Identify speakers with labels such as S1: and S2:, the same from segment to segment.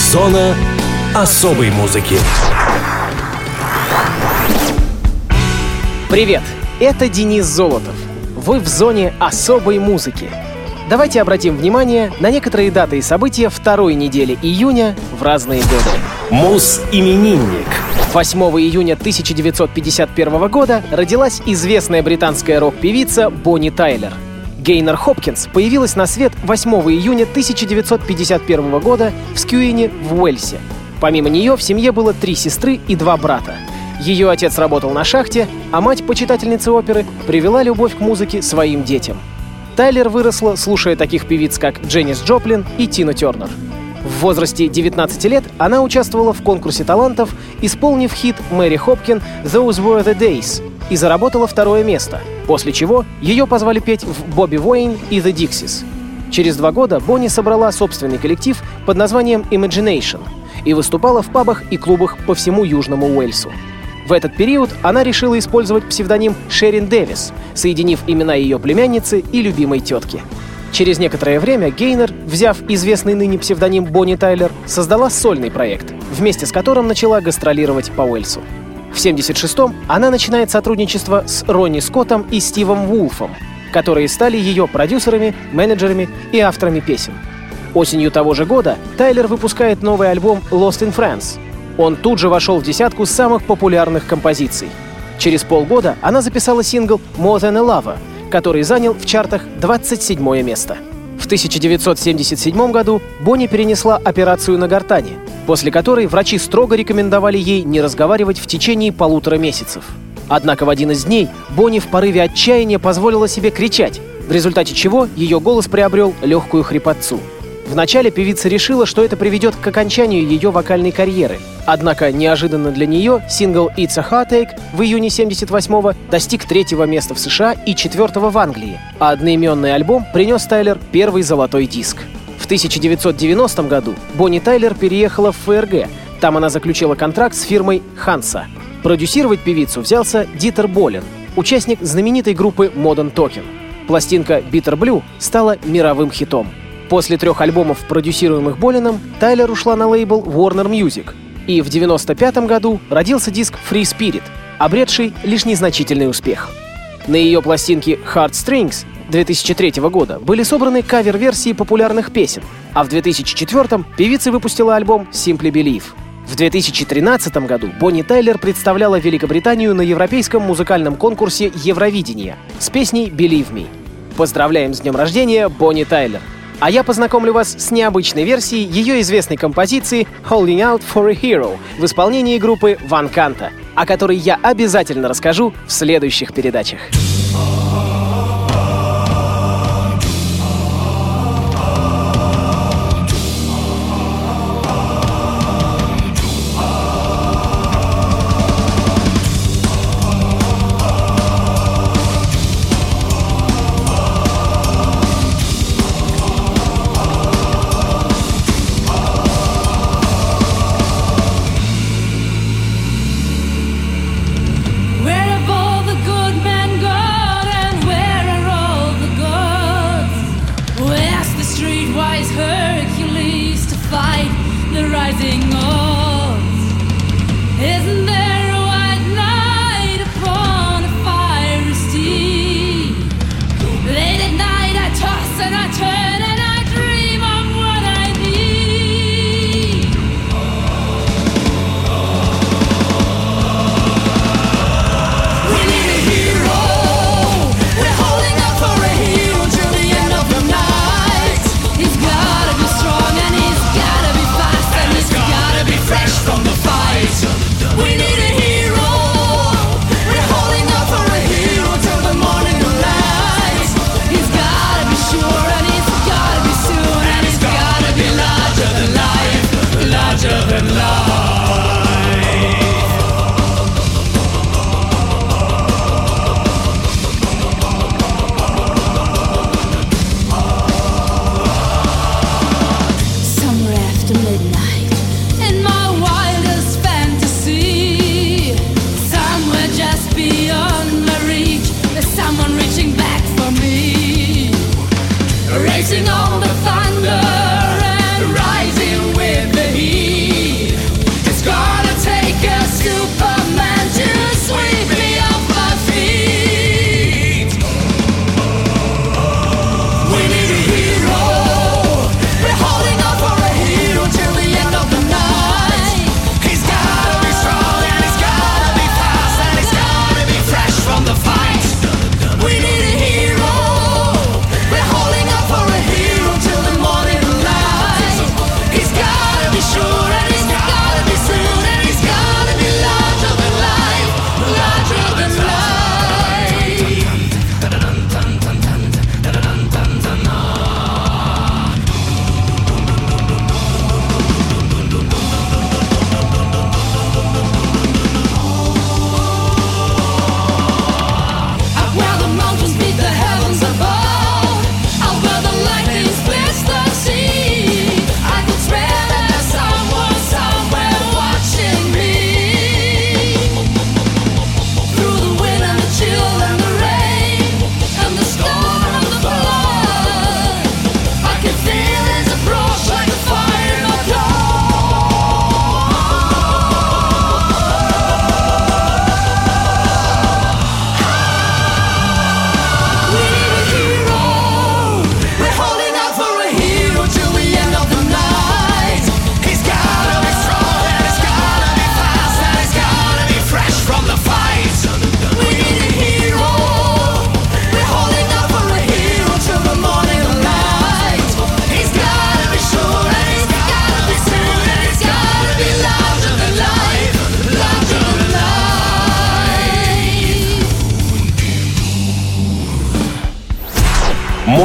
S1: Зона особой музыки.
S2: Привет, это Денис Золотов. Вы в зоне особой музыки. Давайте обратим внимание на некоторые даты и события второй недели июня в разные годы.
S1: Муз-именинник.
S2: 8 июня 1951 года родилась известная британская рок-певица Бонни Тайлер. Гейнер Хопкинс появилась на свет 8 июня 1951 года в Скьюине в Уэльсе. Помимо нее в семье было 3 сестры и 2 брата. Ее отец работал на шахте, а мать, почитательница оперы, привела любовь к музыке своим детям. Тайлер выросла, слушая таких певиц, как Дженнис Джоплин и Тина Тернер. В возрасте 19 лет она участвовала в конкурсе талантов, исполнив хит Мэри Хопкин «Those Were the Days» и заработала 2 место, после чего ее позвали петь в Бобби Уэйн и The Dixies. Через 2 года Бонни собрала собственный коллектив под названием Imagination и выступала в пабах и клубах по всему Южному Уэльсу. В этот период она решила использовать псевдоним Шерин Дэвис, соединив имена ее племянницы и любимой тетки. Через некоторое время Гейнер, взяв известный ныне псевдоним Бонни Тайлер, создала сольный проект, вместе с которым начала гастролировать по Уэльсу. В 1976-м она начинает сотрудничество с Ронни Скоттом и Стивом Вулфом, которые стали ее продюсерами, менеджерами и авторами песен. Осенью того же года Тайлер выпускает новый альбом «Lost in France». Он тут же вошел в десятку самых популярных композиций. Через полгода она записала сингл «More Than a Lover», который занял в чартах 27 место. В 1977 году Бонни перенесла операцию на гортани, после которой врачи строго рекомендовали ей не разговаривать в течение 1,5 месяцев. Однако в один из дней Бонни в порыве отчаяния позволила себе кричать, в результате чего ее голос приобрел легкую хрипотцу. Вначале певица решила, что это приведет к окончанию ее вокальной карьеры. Однако, неожиданно для нее, сингл «It's a Heartache» в июне 1978-го достиг 3-го места в США и 4-го в Англии, а одноименный альбом принес Тайлер первый золотой диск. В 1990 году Бонни Тайлер переехала в ФРГ. Там она заключила контракт с фирмой «Ханса». Продюсировать певицу взялся Дитер Болен, участник знаменитой группы Modern Talking. Пластинка «Bitter Blue» стала мировым хитом. После 3 альбомов, продюсируемых Боленом, Тайлер ушла на лейбл Warner Music. И в 1995 году родился диск Free Spirit, обретший лишь незначительный успех. На ее пластинке Heartstrings 2003 года были собраны кавер-версии популярных песен, а в 2004 певица выпустила альбом Simply Believe. В 2013 году Бонни Тайлер представляла Великобританию на европейском музыкальном конкурсе Евровидение с песней «Believe Me». Поздравляем с днем рождения, Бонни Тайлер! А я познакомлю вас с необычной версией ее известной композиции «Holding Out for a Hero» в исполнении группы Ван Канта, о которой я обязательно расскажу в следующих передачах.
S3: Where have all the good men gone?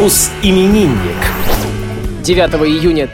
S1: Соус-именинник.
S2: 9 июня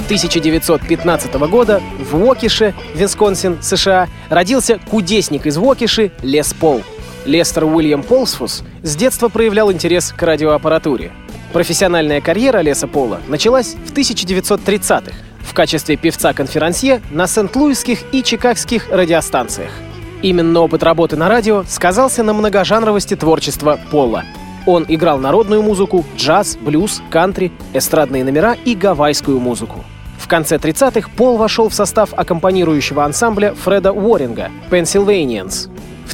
S2: 1915 года в Уокише, Висконсин, США, родился кудесник из Уокиши Лес Пол. Лестер Уильям Полсфус с детства проявлял интерес к радиоаппаратуре. Профессиональная карьера Леса Пола началась в 1930-х в качестве певца-конферансье на сент-луисских и чикагских радиостанциях. Именно опыт работы на радио сказался на многожанровости творчества Пола. Он играл народную музыку, джаз, блюз, кантри, эстрадные номера и гавайскую музыку. В конце 30-х Пол вошел в состав аккомпанирующего ансамбля Фреда Уорринга «Pennsylvanians». В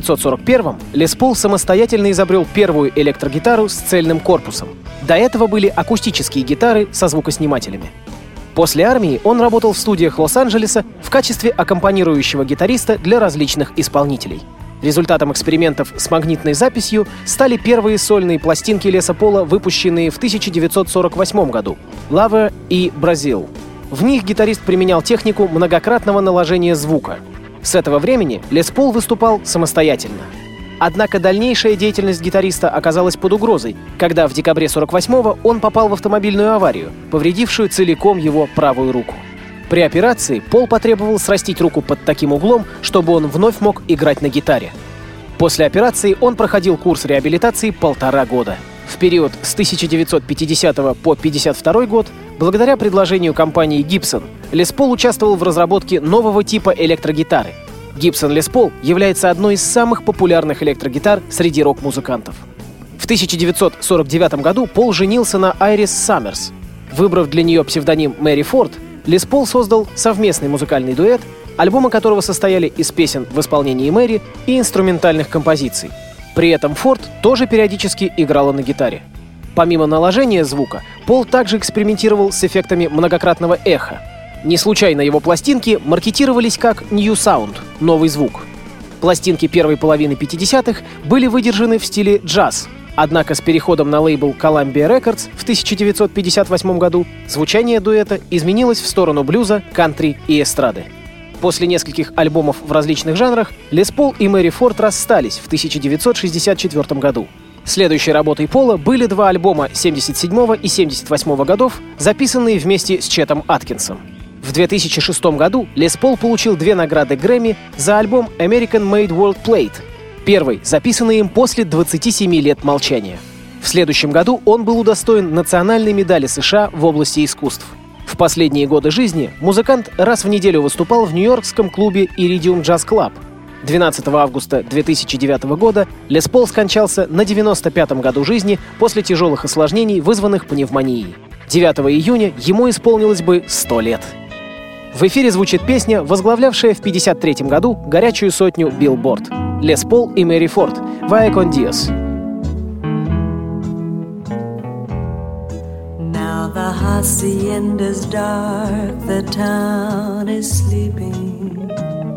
S2: 1941-м Лес Пол самостоятельно изобрел первую электрогитару с цельным корпусом. До этого были акустические гитары со звукоснимателями. После армии он работал в студиях Лос-Анджелеса в качестве аккомпанирующего гитариста для различных исполнителей. Результатом экспериментов с магнитной записью стали первые сольные пластинки Леса Пола, выпущенные в 1948 году «Lover» и «Brazil». В них гитарист применял технику многократного наложения звука. С этого времени Лес Пол выступал самостоятельно. Однако дальнейшая деятельность гитариста оказалась под угрозой, когда в декабре 1948-го он попал в автомобильную аварию, повредившую целиком его правую руку. При операции Пол потребовал срастить руку под таким углом, чтобы он вновь мог играть на гитаре. После операции он проходил курс реабилитации 1,5 года. В период с 1950 по 1952 год, благодаря предложению компании Gibson, Лес Пол участвовал в разработке нового типа электрогитары. Gibson Les Paul является одной из самых популярных электрогитар среди рок-музыкантов. В 1949 году Пол женился на Айрис Саммерс. Выбрав для нее псевдоним Мэри Форд, Лес Пол создал совместный музыкальный дуэт, альбомы которого состояли из песен в исполнении Мэри и инструментальных композиций. При этом Форд тоже периодически играла на гитаре. Помимо наложения звука, Пол также экспериментировал с эффектами многократного эха. Не случайно его пластинки маркетировались как «New Sound» — «Новый звук». Пластинки первой половины 50-х были выдержаны в стиле джаз, однако с переходом на лейбл Columbia Records в 1958 году звучание дуэта изменилось в сторону блюза, кантри и эстрады. После нескольких альбомов в различных жанрах Лес Пол и Мэри Форд расстались в 1964 году. Следующей работой Пола были 2 альбома 77 и 78 годов, записанные вместе с Четом Аткинсом. В 2006 году Лес Пол получил 2 награды Грэмми за альбом American Made World Played, первый, записанный им после 27 лет молчания. В следующем году он был удостоен национальной медали США в области искусств. В последние годы жизни музыкант раз в неделю выступал в нью-йоркском клубе Iridium Jazz Club. 12 августа 2009 года Лес Пол скончался на 95-м году жизни после тяжелых осложнений, вызванных пневмонией. 9 июня ему исполнилось бы 100 лет. В эфире звучит песня, возглавлявшая в 1953 году горячую сотню Billboard. Лес Пол и Мэри Форд «Vaya con Dios».
S3: Now the hacienda's dark, the town is sleeping.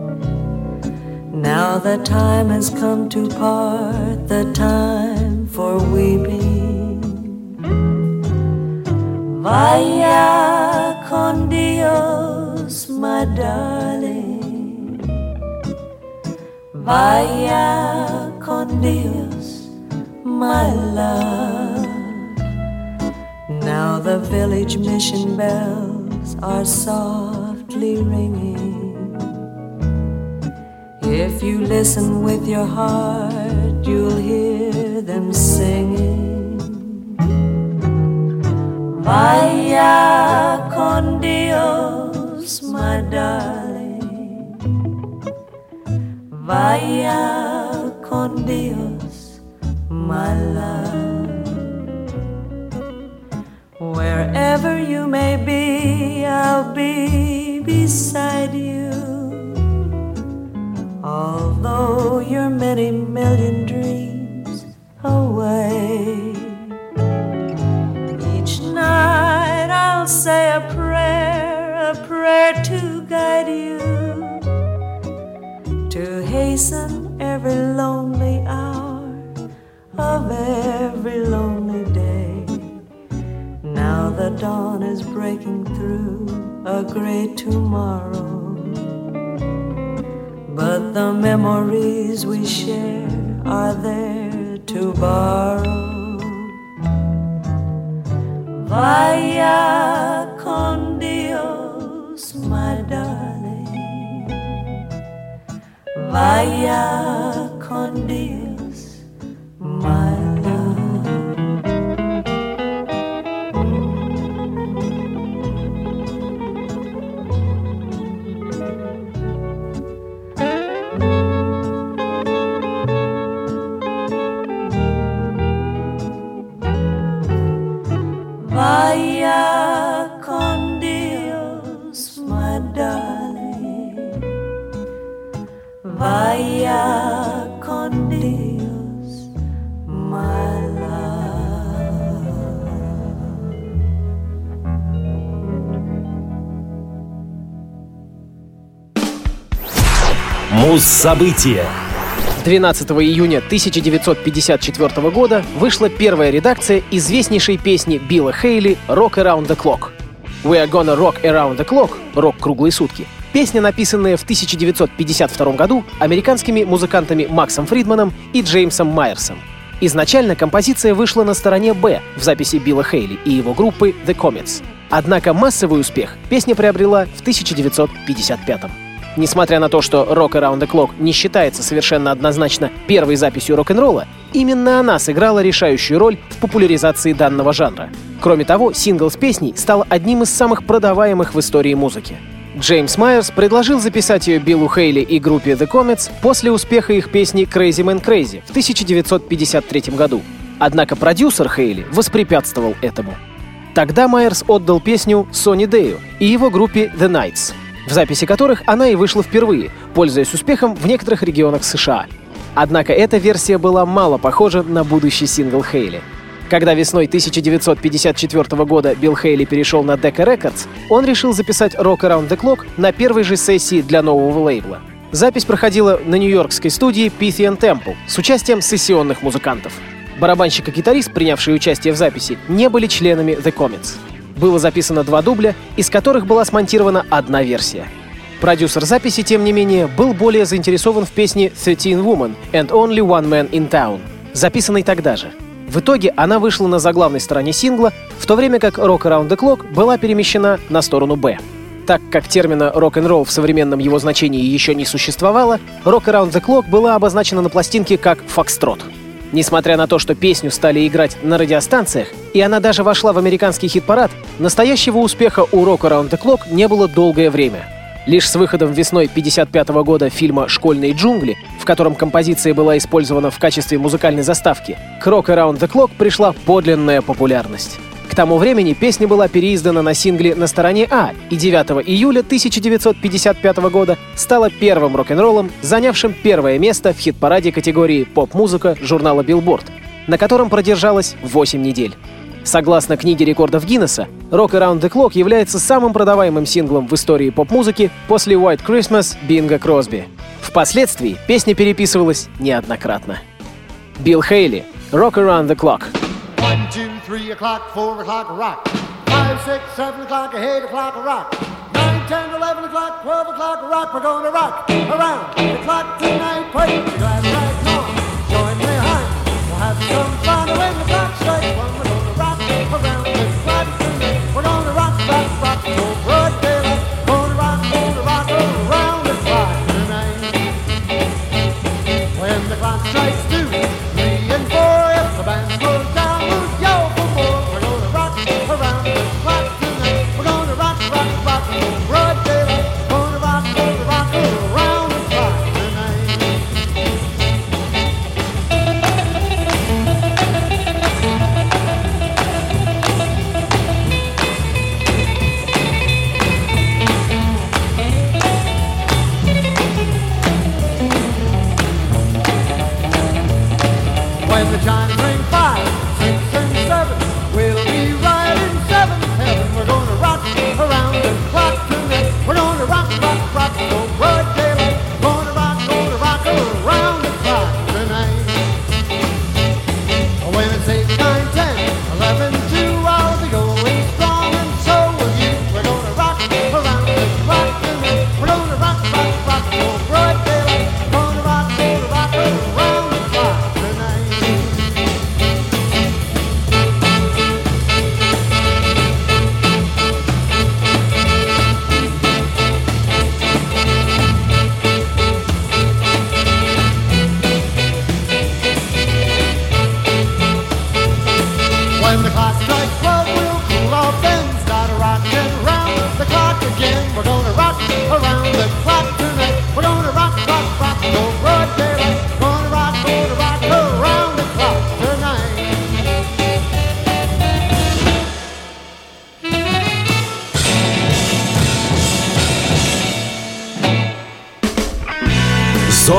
S3: Now the time has come to part, the time for weeping. Vaya con Dios, my darling. Vaya con Dios, my love. Now the village mission bells are softly ringing. If you listen with your heart, you'll hear them singing. Vaya con Dios, my darling. Vaya con Dios, my love. Wherever you may be, I'll be beside you. Although you're many million dreams away, each night I'll say a prayer to guide you, to hasten every lonely hour of every lonely day. Now the dawn is breaking through a great tomorrow, but the memories we share are there to borrow. Vaya con Dios, my darling. Vaya con Dios, my love. Vaya con Dios, my darling. Vaya con Dios, my love.
S1: Муз-события.
S2: 12 июня 1954 года вышла первая редакция известнейшей песни Билла Хейли «Rock Around the Clock». «We are gonna rock around the clock» — «Рок круглые сутки». Песня, написанная в 1952 году американскими музыкантами Максом Фридманом и Джеймсом Майерсом. Изначально композиция вышла на стороне «Б» в записи Билла Хейли и его группы The Comets. Однако массовый успех песня приобрела в 1955. Несмотря на то, что «Rock Around the Clock» не считается совершенно однозначно первой записью рок-н-ролла, именно она сыграла решающую роль в популяризации данного жанра. Кроме того, сингл с песней стал одним из самых продаваемых в истории музыки. Джеймс Майерс предложил записать ее Биллу Хейли и группе The Comets после успеха их песни «Crazy Man Crazy» в 1953 году. Однако продюсер Хейли воспрепятствовал этому. Тогда Майерс отдал песню Сонни Дэю и его группе The Knights, в записи которых она и вышла впервые, пользуясь успехом в некоторых регионах США. Однако эта версия была мало похожа на будущий сингл Хейли. Когда весной 1954 года Билл Хейли перешел на Decca Records, он решил записать «Rock Around the Clock» на первой же сессии для нового лейбла. Запись проходила на нью-йоркской студии Pythian Temple с участием сессионных музыкантов. Барабанщик и гитарист, принявшие участие в записи, не были членами The Comets. Было записано 2 дубля, из которых была смонтирована одна версия. Продюсер записи, тем не менее, был более заинтересован в песне «13 Woman and Only One Man in Town», записанной тогда же. В итоге она вышла на заглавной стороне сингла, в то время как «Rock Around the Clock» была перемещена на сторону «Б». Так как термина «рок-н-ролл» в современном его значении еще не существовало, «Rock Around the Clock» была обозначена на пластинке как «Фокстрот». Несмотря на то, что песню стали играть на радиостанциях, и она даже вошла в американский хит-парад, настоящего успеха у «Rock Around the Clock» не было долгое время. Лишь с выходом весной 1955 года фильма «Школьные джунгли», в котором композиция была использована в качестве музыкальной заставки, к «Rock Around the Clock» пришла подлинная популярность. К тому времени песня была переиздана на сингле на стороне А, и 9 июля 1955 года стала первым рок-н-роллом, занявшим первое место в хит-параде категории «Поп-музыка» журнала Billboard, на котором продержалась 8 недель. Согласно книге рекордов Гиннесса, «Rock Around the Clock» является самым продаваемым синглом в истории поп-музыки после «White Christmas» Бинга Кросби. Впоследствии песня переписывалась неоднократно. Билл Хейли, «Rock Around the Clock».
S4: 1, 2, 3 o'clock, 4 o'clock, rock. 5, 6, 7 o'clock, 8 o'clock, rock. 9, 10, 11 o'clock, 12 o'clock, rock. We're gonna rock around the clock tonight. Put your glass right on, join me high. We'll have some fun when the clock strikes one. We're gonna rock around the clock tonight. We're gonna rock till broad daylight. Gonna rock around the clock tonight. When the clock strikes 2, 3, and 4, if the band slows down, we'll yell for more. We're gonna rock around the clock tonight. We're gonna rock till broad daylight. Gonna rock around the clock tonight.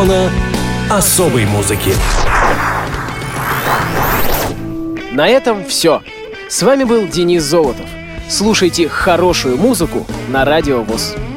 S1: Зона особой музыки.
S2: На этом все. С вами был Денис Золотов. Слушайте хорошую музыку на Радио ВОС.